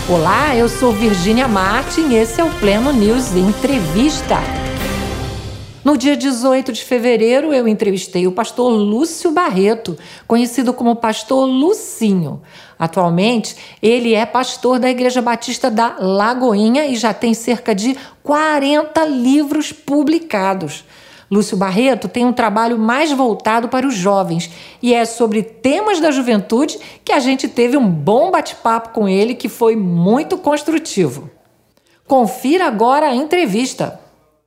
Olá, eu sou Virgínia Martin e esse é o Pleno News Entrevista. No dia 18 de fevereiro, eu entrevistei o pastor Lúcio Barreto, conhecido como pastor Lucinho. Atualmente, ele é pastor da Igreja Batista da Lagoinha e já tem cerca de 40 livros publicados. Lúcio Barreto tem um trabalho mais voltado para os jovens e é sobre temas da juventude que a gente teve um bom bate-papo com ele que foi muito construtivo. Confira agora a entrevista.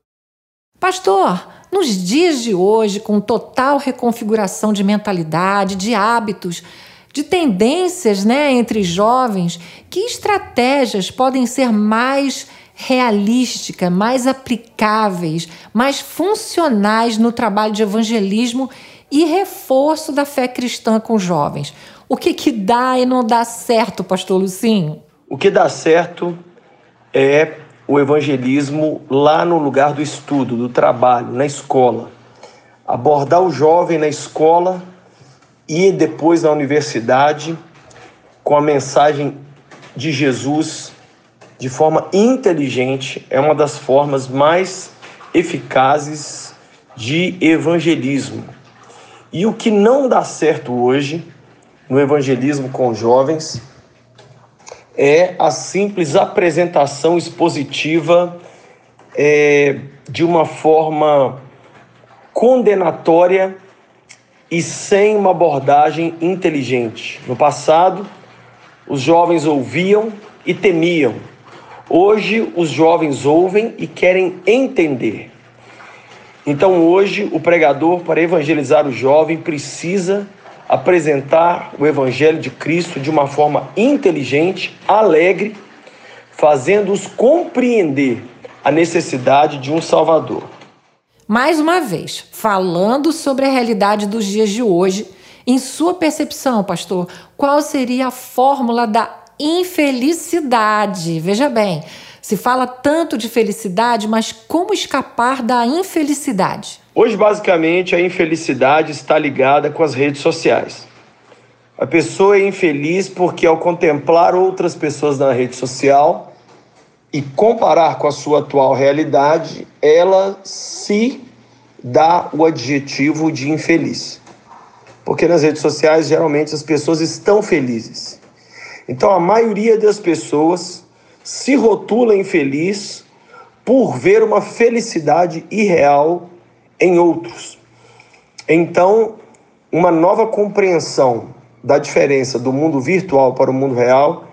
Pastor, nos dias de hoje, com total reconfiguração de mentalidade, de hábitos, de tendências, entre jovens, que estratégias podem ser mais realísticas, mais aplicáveis, mais funcionais no trabalho de evangelismo e reforço da fé cristã com jovens? O que dá e não dá certo, pastor Lucinho? O que dá certo é o evangelismo lá no lugar do estudo, do trabalho, na escola. Abordar o jovem na escola e depois na universidade com a mensagem de Jesus de forma inteligente é uma das formas mais eficazes de evangelismo. E o que não dá certo hoje no evangelismo com jovens é a simples apresentação expositiva de uma forma condenatória e sem uma abordagem inteligente. No passado, os jovens ouviam e temiam. Hoje, os jovens ouvem e querem entender. Então, hoje, o pregador, para evangelizar o jovem, precisa apresentar o Evangelho de Cristo de uma forma inteligente, alegre, fazendo-os compreender a necessidade de um Salvador. Mais uma vez, falando sobre a realidade dos dias de hoje, em sua percepção, pastor, qual seria a fórmula da infelicidade? Veja bem, se fala tanto de felicidade, mas como escapar da infelicidade? Hoje, basicamente, a infelicidade está ligada com as redes sociais. A pessoa é infeliz porque, ao contemplar outras pessoas na rede social e comparar com a sua atual realidade, ela se dá o adjetivo de infeliz. Porque nas redes sociais, geralmente, as pessoas estão felizes. Então, a maioria das pessoas se rotula infeliz por ver uma felicidade irreal em outros. Então, uma nova compreensão da diferença do mundo virtual para o mundo real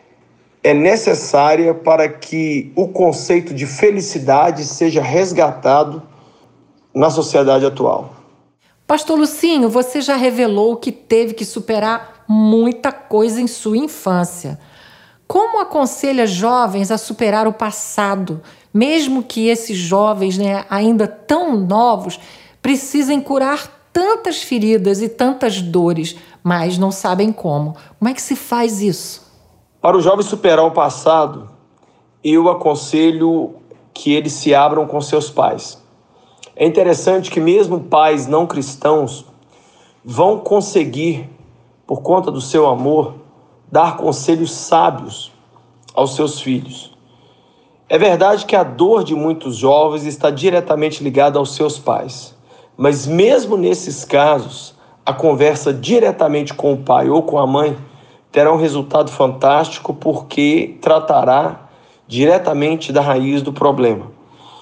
é necessária para que o conceito de felicidade seja resgatado na sociedade atual. Pastor Lucinho, você já revelou que teve que superar muita coisa em sua infância. Como aconselha jovens a superar o passado, mesmo que esses jovens, ainda tão novos, precisem curar tantas feridas e tantas dores, mas não sabem como? Como é que se faz isso? Para o jovem superar o passado, eu aconselho que eles se abram com seus pais. É interessante que mesmo pais não cristãos vão conseguir, por conta do seu amor, dar conselhos sábios aos seus filhos. É verdade que a dor de muitos jovens está diretamente ligada aos seus pais, mas mesmo nesses casos, a conversa diretamente com o pai ou com a mãe terá um resultado fantástico porque tratará diretamente da raiz do problema.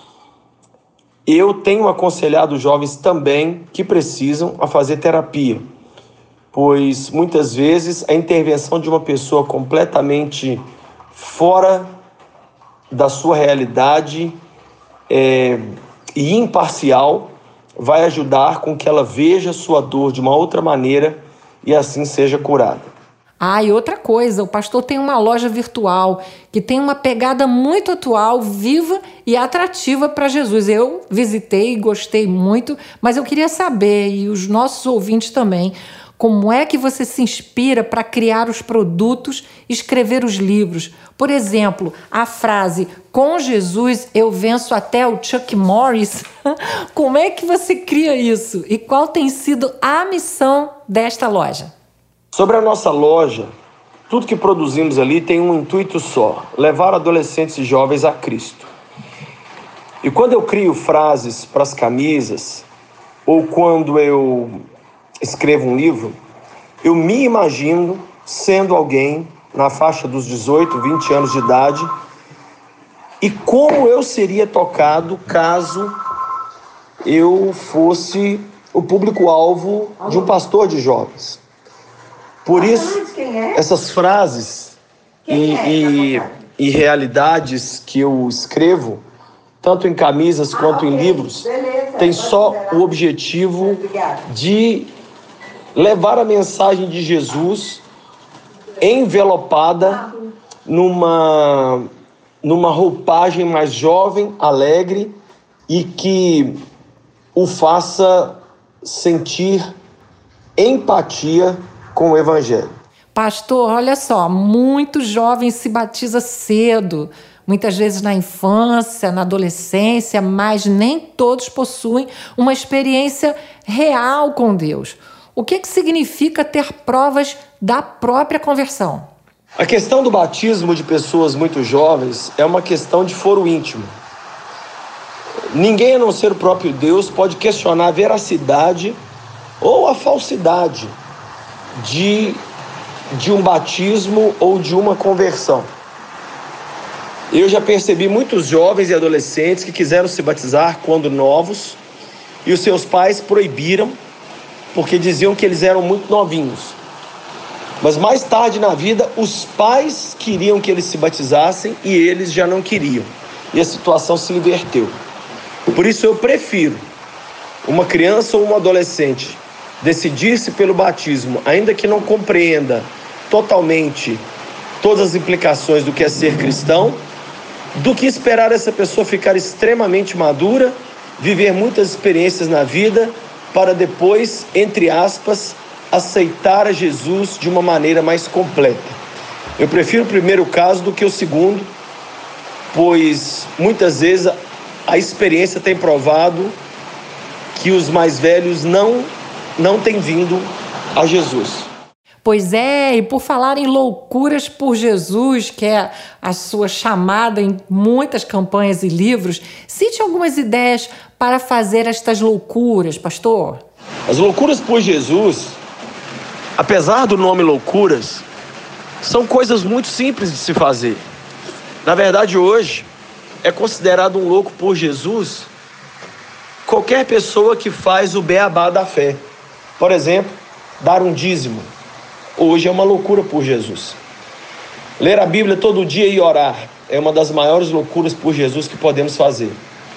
Eu tenho aconselhado os jovens também que precisam a fazer terapia, pois muitas vezes a intervenção de uma pessoa completamente fora da sua realidade e imparcial vai ajudar com que ela veja sua dor de uma outra maneira e assim seja curada. E outra coisa, o pastor tem uma loja virtual que tem uma pegada muito atual, viva e atrativa para Jesus. Eu visitei e gostei muito, mas eu queria saber, e os nossos ouvintes também, como é que você se inspira para criar os produtos e escrever os livros? Por exemplo, a frase, com Jesus eu venço até o Chuck Norris. Como é que você cria isso? E qual tem sido a missão desta loja? Sobre a nossa loja, Tudo que produzimos ali tem um intuito só: levar adolescentes e jovens a Cristo. E quando eu crio frases para as camisas, ou quando eu escrevo um livro, eu me imagino sendo alguém na faixa dos 18, 20 anos de idade, e como eu seria tocado caso eu fosse o público-alvo de um pastor de jovens. Por isso, essas frases e realidades que eu escrevo, tanto em camisas quanto em livros, tem só o objetivo de levar a mensagem de Jesus envelopada numa roupagem mais jovem, alegre, e que o faça sentir empatia com o Evangelho. Pastor, olha só, muitos jovens se batizam cedo, muitas vezes na infância, na adolescência, mas nem todos possuem uma experiência real com Deus. O que significa ter provas da própria conversão? A questão do batismo de pessoas muito jovens é uma questão de foro íntimo. Ninguém, a não ser o próprio Deus, pode questionar a veracidade ou a falsidade de um batismo ou de uma conversão. Eu já percebi muitos jovens e adolescentes que quiseram se batizar quando novos e os seus pais proibiram porque diziam que eles eram muito novinhos. Mas mais tarde na vida, os pais queriam que eles se batizassem e eles já não queriam. E a situação se inverteu. Por isso eu prefiro uma criança ou um adolescente decidir-se pelo batismo, ainda que não compreenda totalmente todas as implicações do que é ser cristão, do que esperar essa pessoa ficar extremamente madura, viver muitas experiências na vida, para depois, entre aspas, aceitar a Jesus de uma maneira mais completa. Eu prefiro o primeiro caso do que o segundo, pois muitas vezes a experiência tem provado que os mais velhos não têm vindo a Jesus. Pois é, e por falar em loucuras por Jesus, que é a sua chamada em muitas campanhas e livros, cite algumas ideias para fazer estas loucuras, pastor. As loucuras por Jesus, apesar do nome loucuras, são coisas muito simples de se fazer. Na verdade, hoje, é considerado um louco por Jesus qualquer pessoa que faz o beabá da fé. Por exemplo, dar um dízimo. Hoje é uma loucura por Jesus. Ler a Bíblia todo dia e orar é uma das maiores loucuras por Jesus que podemos fazer.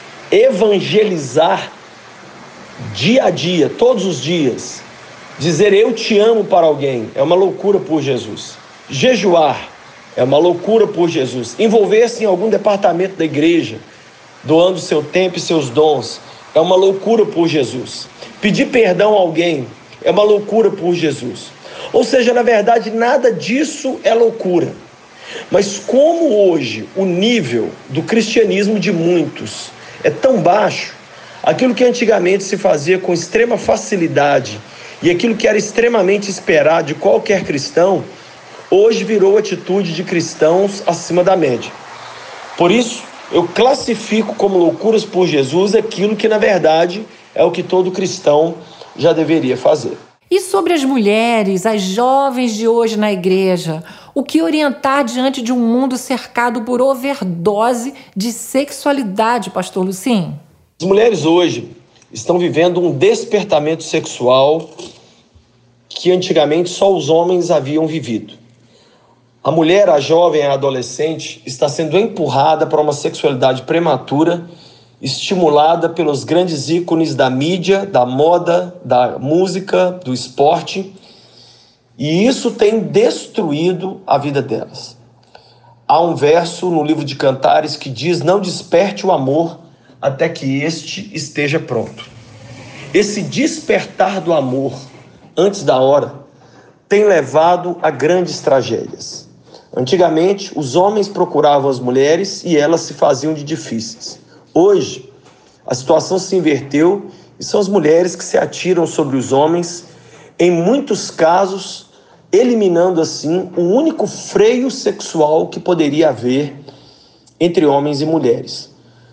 Evangelizar dia a dia, todos os dias, dizer eu te amo para alguém, é uma loucura por Jesus. Jejuar é uma loucura por Jesus. Envolver-se em algum departamento da igreja, doando seu tempo e seus dons, é uma loucura por Jesus. Pedir perdão a alguém é uma loucura por Jesus. Ou seja, na verdade, nada disso é loucura. Mas como hoje o nível do cristianismo de muitos é tão baixo, aquilo que antigamente se fazia com extrema facilidade e aquilo que era extremamente esperado de qualquer cristão, hoje virou atitude de cristãos acima da média. Por isso, eu classifico como loucuras por Jesus aquilo que, na verdade, é o que todo cristão já deveria fazer. E sobre as mulheres, as jovens de hoje na igreja, o que orientar diante de um mundo cercado por overdose de sexualidade, pastor Lucim? As mulheres hoje estão vivendo um despertamento sexual que antigamente só os homens haviam vivido. A mulher, a jovem, a adolescente, está sendo empurrada para uma sexualidade prematura, estimulada pelos grandes ícones da mídia, da moda, da música, do esporte, e isso tem destruído a vida delas. Há um verso no livro de Cantares que diz: não desperte o amor até que este esteja pronto. Esse despertar do amor antes da hora tem levado a grandes tragédias. Antigamente, os homens procuravam as mulheres e elas se faziam de difíceis. Hoje, a situação se inverteu e são as mulheres que se atiram sobre os homens, em muitos casos, eliminando assim o único freio sexual que poderia haver entre homens e mulheres.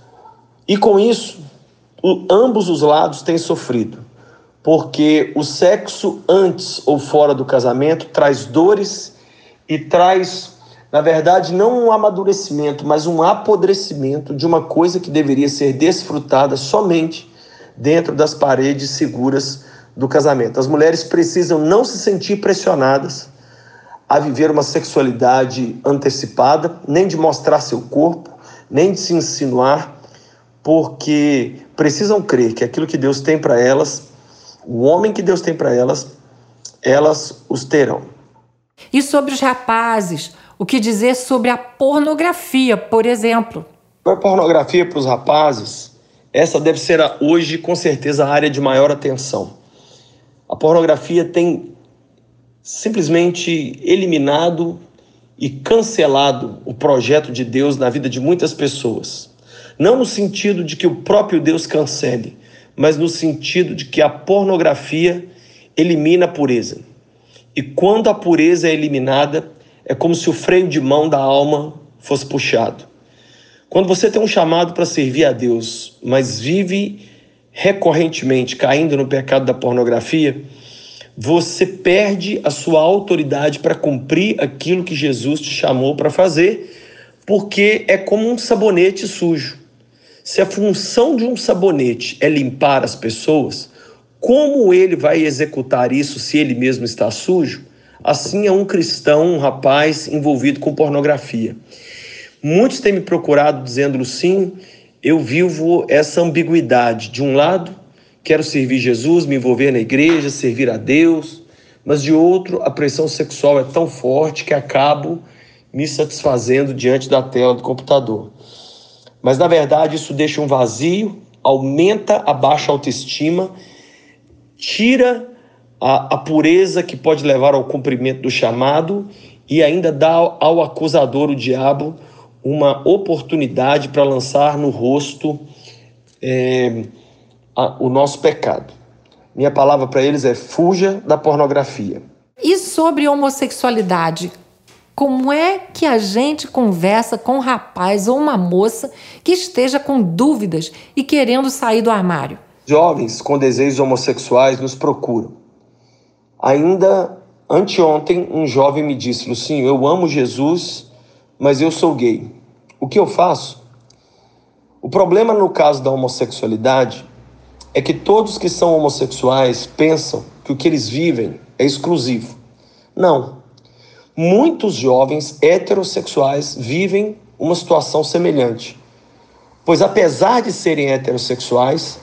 E com isso, ambos os lados têm sofrido, porque o sexo antes ou fora do casamento traz dores e traz, na verdade, não um amadurecimento, mas um apodrecimento de uma coisa que deveria ser desfrutada somente dentro das paredes seguras do casamento. As mulheres precisam não se sentir pressionadas a viver uma sexualidade antecipada, nem de mostrar seu corpo, nem de se insinuar, porque precisam crer que aquilo que Deus tem para elas, o homem que Deus tem para elas, elas os terão. E sobre os rapazes, o que dizer sobre a pornografia, por exemplo? A pornografia para os rapazes, essa deve ser hoje, com certeza, a área de maior atenção. A pornografia tem simplesmente eliminado e cancelado o projeto de Deus na vida de muitas pessoas. Não no sentido de que o próprio Deus cancele, mas no sentido de que a pornografia elimina a pureza. E quando a pureza é eliminada, é como se o freio de mão da alma fosse puxado. Quando você tem um chamado para servir a Deus, mas vive recorrentemente caindo no pecado da pornografia, você perde a sua autoridade para cumprir aquilo que Jesus te chamou para fazer, porque é como um sabonete sujo. Se a função de um sabonete é limpar as pessoas, como ele vai executar isso se ele mesmo está sujo? Assim é um cristão, um rapaz envolvido com pornografia. Muitos têm me procurado dizendo, sim, eu vivo essa ambiguidade. De um lado, quero servir Jesus, me envolver na igreja, servir a Deus, mas de outro, a pressão sexual é tão forte que acabo me satisfazendo diante da tela do computador. Mas, na verdade, isso deixa um vazio, aumenta a baixa autoestima, tira a pureza que pode levar ao cumprimento do chamado e ainda dá ao acusador, o diabo, uma oportunidade para lançar no rosto o nosso pecado. Minha palavra para eles é: fuja da pornografia. E sobre homossexualidade? Como é que a gente conversa com um rapaz ou uma moça que esteja com dúvidas e querendo sair do armário? Jovens com desejos homossexuais nos procuram. Ainda anteontem, um jovem me disse, Lucinho, eu amo Jesus, mas eu sou gay. O que eu faço? O problema no caso da homossexualidade é que todos que são homossexuais pensam que o que eles vivem é exclusivo. Não. Muitos jovens heterossexuais vivem uma situação semelhante, pois apesar de serem heterossexuais,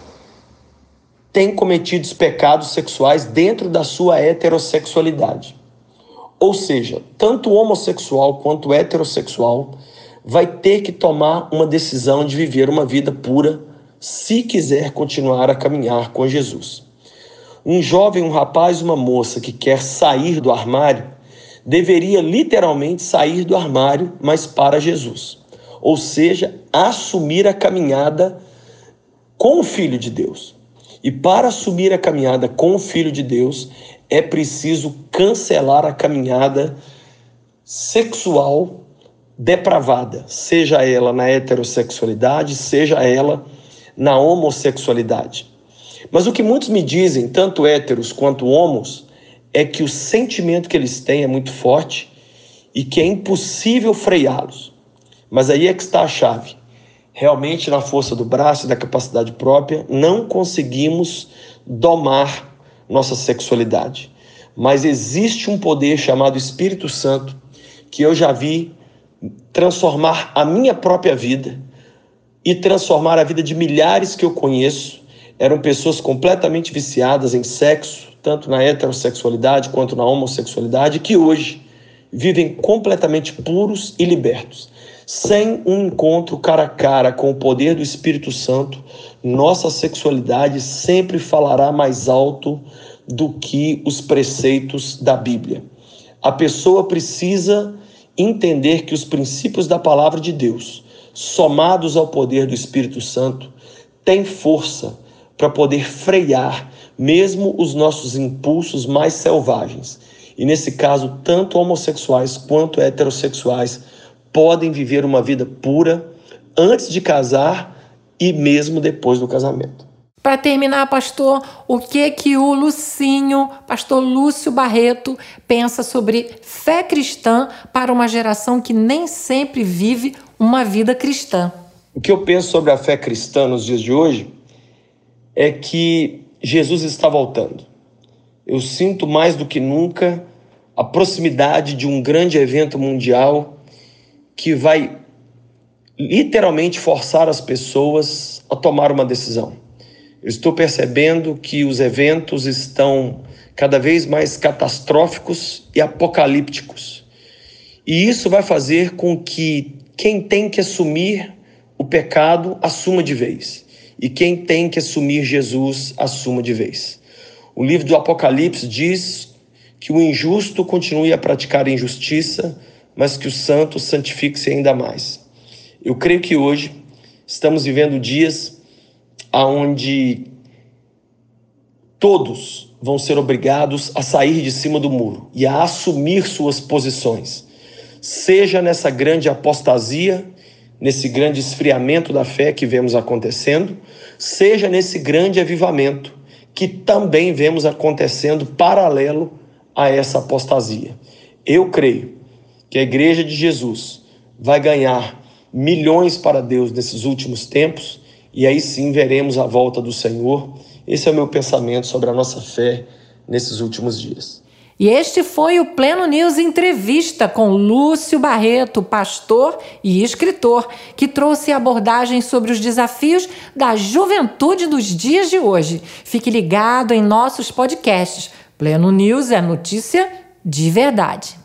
têm cometido pecados sexuais dentro da sua heterossexualidade. Ou seja, tanto homossexual quanto heterossexual vai ter que tomar uma decisão de viver uma vida pura se quiser continuar a caminhar com Jesus. Um jovem, um rapaz, uma moça que quer sair do armário deveria literalmente sair do armário, mas para Jesus. Ou seja, assumir a caminhada com o Filho de Deus. E para assumir a caminhada com o Filho de Deus, é preciso cancelar a caminhada sexual depravada, seja ela na heterossexualidade, seja ela na homossexualidade. Mas o que muitos me dizem, tanto héteros quanto homos, é que o sentimento que eles têm é muito forte e que é impossível freá-los. Mas aí é que está a chave. Realmente, na força do braço e da capacidade própria, não conseguimos domar nossa sexualidade. Mas existe um poder chamado Espírito Santo que eu já vi transformar a minha própria vida e transformar a vida de milhares que eu conheço. Eram pessoas completamente viciadas em sexo, tanto na heterossexualidade quanto na homossexualidade, que hoje vivem completamente puros e libertos. Sem um encontro cara a cara com o poder do Espírito Santo, nossa sexualidade sempre falará mais alto do que os preceitos da Bíblia. A pessoa precisa entender que os princípios da palavra de Deus, somados ao poder do Espírito Santo, têm força para poder frear mesmo os nossos impulsos mais selvagens. E nesse caso, tanto homossexuais quanto heterossexuais podem viver uma vida pura antes de casar e mesmo depois do casamento. Para terminar, pastor, o que o Lucinho, pastor Lúcio Barreto, pensa sobre fé cristã para uma geração que nem sempre vive uma vida cristã? O que eu penso sobre a fé cristã nos dias de hoje é que Jesus está voltando. Eu sinto mais do que nunca a proximidade de um grande evento mundial que vai literalmente forçar as pessoas a tomar uma decisão. Eu estou percebendo que os eventos estão cada vez mais catastróficos e apocalípticos. E isso vai fazer com que quem tem que assumir o pecado assuma de vez. E quem tem que assumir Jesus assuma de vez. O livro do Apocalipse diz que o injusto continue a praticar injustiça, mas que o santo santifique-se ainda mais. Eu creio que hoje estamos vivendo dias onde todos vão ser obrigados a sair de cima do muro e a assumir suas posições, seja nessa grande apostasia, nesse grande esfriamento da fé que vemos acontecendo, seja nesse grande avivamento que também vemos acontecendo paralelo a essa apostasia. Eu creio que a Igreja de Jesus vai ganhar milhões para Deus nesses últimos tempos, e aí sim veremos a volta do Senhor. Esse é o meu pensamento sobre a nossa fé nesses últimos dias. E este foi o Pleno News Entrevista com Lúcio Barreto, pastor e escritor, que trouxe abordagem sobre os desafios da juventude dos dias de hoje. Fique ligado em nossos podcasts. Pleno News é notícia de verdade.